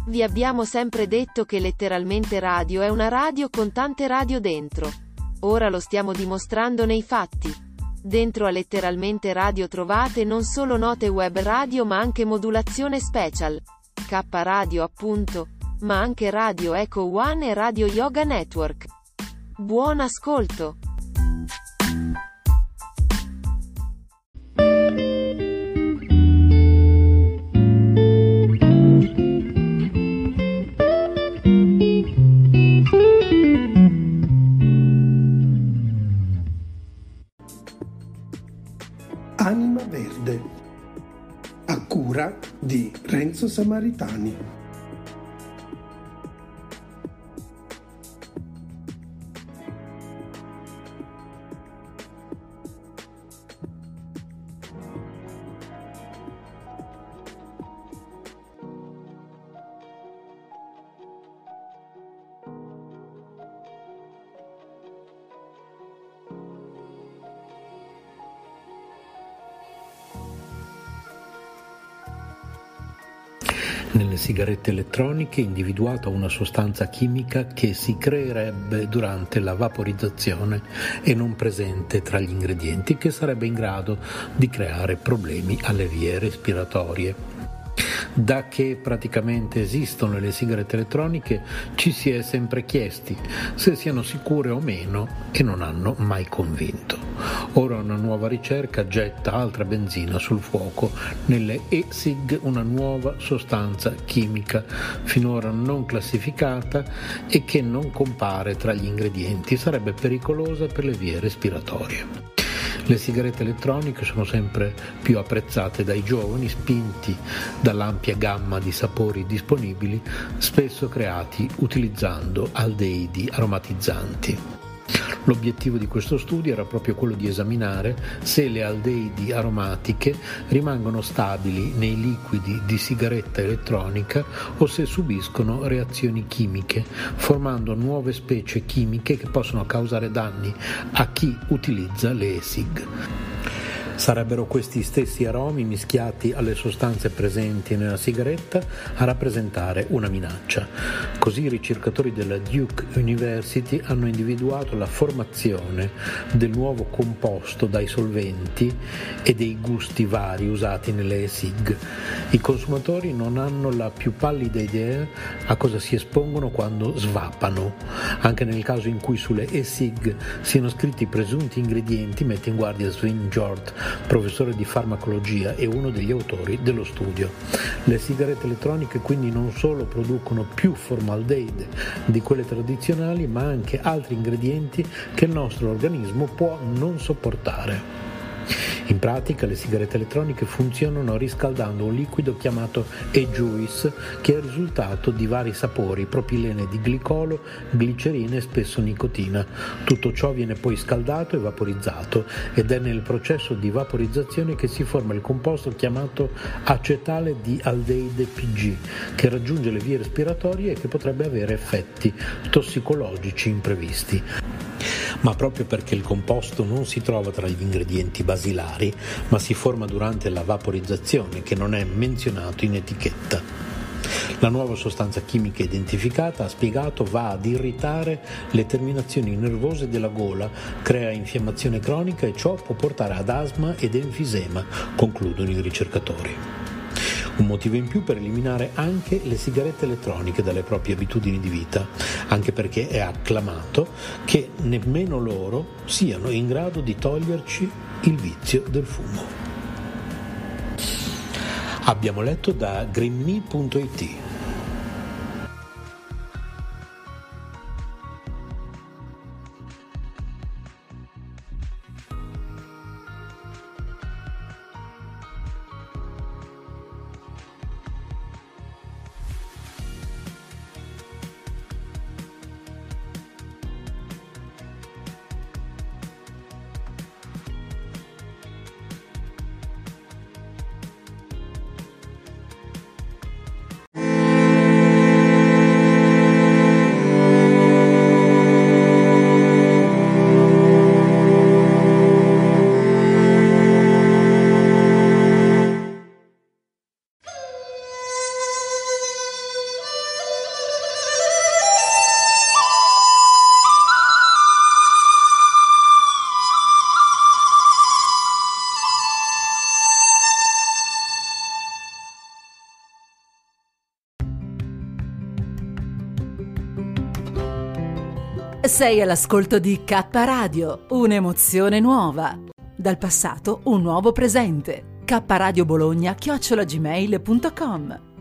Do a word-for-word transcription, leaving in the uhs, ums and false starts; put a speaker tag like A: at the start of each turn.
A: Vi abbiamo sempre detto che Letteralmente Radio è una radio con tante radio dentro. Ora lo stiamo dimostrando nei fatti. Dentro a Letteralmente Radio trovate non solo note web radio ma anche modulazione special. K Radio appunto. Ma anche Radio Echo One e Radio Yoga Network. Buon ascolto!
B: Anima Verde, a cura di Renzo Samaritani.
C: Nelle sigarette elettroniche è individuata una sostanza chimica che si creerebbe durante la vaporizzazione e non presente tra gli ingredienti, che sarebbe in grado di creare problemi alle vie respiratorie. Da che praticamente esistono le sigarette elettroniche ci si è sempre chiesti se siano sicure o meno e non hanno mai convinto. Ora una nuova ricerca getta altra benzina sul fuoco nelle e-sig, una nuova sostanza chimica finora non classificata e che non compare tra gli ingredienti. Sarebbe pericolosa per le vie respiratorie. Le sigarette elettroniche sono sempre più apprezzate dai giovani, spinti dall'ampia gamma di sapori disponibili, spesso creati utilizzando aldeidi aromatizzanti. L'obiettivo di questo studio era proprio quello di esaminare se le aldeidi aromatiche rimangono stabili nei liquidi di sigaretta elettronica o se subiscono reazioni chimiche, formando nuove specie chimiche che possono causare danni a chi utilizza le e-sig. Sarebbero questi stessi aromi mischiati alle sostanze presenti nella sigaretta a rappresentare una minaccia. Così i ricercatori della Duke University hanno individuato la formazione del nuovo composto dai solventi e dei gusti vari usati nelle e-sig. I consumatori non hanno la più pallida idea a cosa si espongono quando svapano. Anche nel caso in cui sulle e-sig siano scritti i presunti ingredienti, mette in guardia Swin George, professore di farmacologia e uno degli autori dello studio. Le sigarette elettroniche quindi non solo producono più formaldeide di quelle tradizionali, ma anche altri ingredienti che il nostro organismo può non sopportare. In pratica le sigarette elettroniche funzionano riscaldando un liquido chiamato e-juice, che è il risultato di vari sapori, propilene di glicolo, glicerina e spesso nicotina. Tutto ciò viene poi scaldato e vaporizzato ed è nel processo di vaporizzazione che si forma il composto chiamato acetale di aldeide P G, che raggiunge le vie respiratorie e che potrebbe avere effetti tossicologici imprevisti. Ma proprio perché il composto non si trova tra gli ingredienti basilari, ma si forma durante la vaporizzazione, che non è menzionato in etichetta. La nuova sostanza chimica identificata, ha spiegato, va ad irritare le terminazioni nervose della gola, crea infiammazione cronica e ciò può portare ad asma ed enfisema, concludono i ricercatori. Un motivo in più per eliminare anche le sigarette elettroniche dalle proprie abitudini di vita, anche perché è acclamato che nemmeno loro siano in grado di toglierci il vizio del fumo. Abbiamo letto da greenme punto it.
D: Sei all'ascolto di K Radio, un'emozione nuova. Dal passato un nuovo presente. K Radio Bologna chiocciola gmail punto com